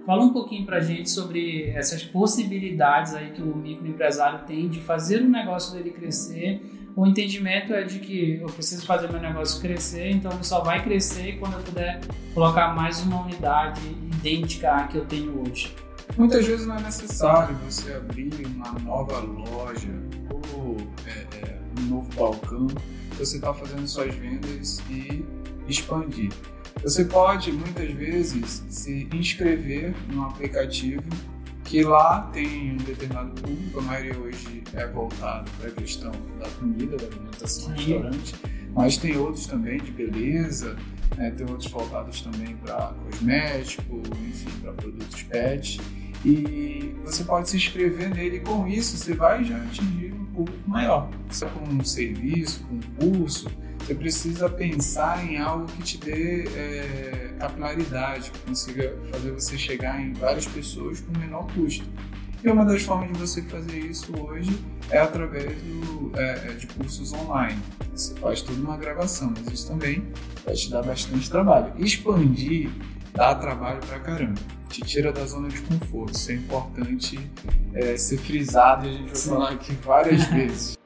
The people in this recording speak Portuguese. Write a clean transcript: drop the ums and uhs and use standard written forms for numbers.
Fala um pouquinho pra gente sobre essas possibilidades aí que o microempresário tem de fazer o negócio dele crescer. O entendimento é de que eu preciso fazer meu negócio crescer, então ele só vai crescer quando eu puder colocar mais uma unidade idêntica à que eu tenho hoje. Muitas vezes não é necessário você abrir uma nova loja ou um novo balcão. Você está fazendo suas vendas e expandir. Você pode, muitas vezes, se inscrever num aplicativo que lá tem um determinado público. A maioria hoje é voltado para a questão da comida, da alimentação, restaurante, mas tem outros também de beleza, tem outros voltados também para cosmético, enfim, para produtos pet. E você pode se inscrever nele e com isso você vai já atingir um público maior. Se é com um serviço, com um curso, você precisa pensar em algo que te dê capilaridade, que consiga fazer você chegar em várias pessoas com menor custo. E uma das formas de você fazer isso hoje é através de cursos online. Você faz toda uma gravação, mas isso também vai te dar bastante trabalho. Expandir dá trabalho pra caramba, te tira da zona de conforto. Isso é importante ser frisado e a gente vai falar aqui várias vezes.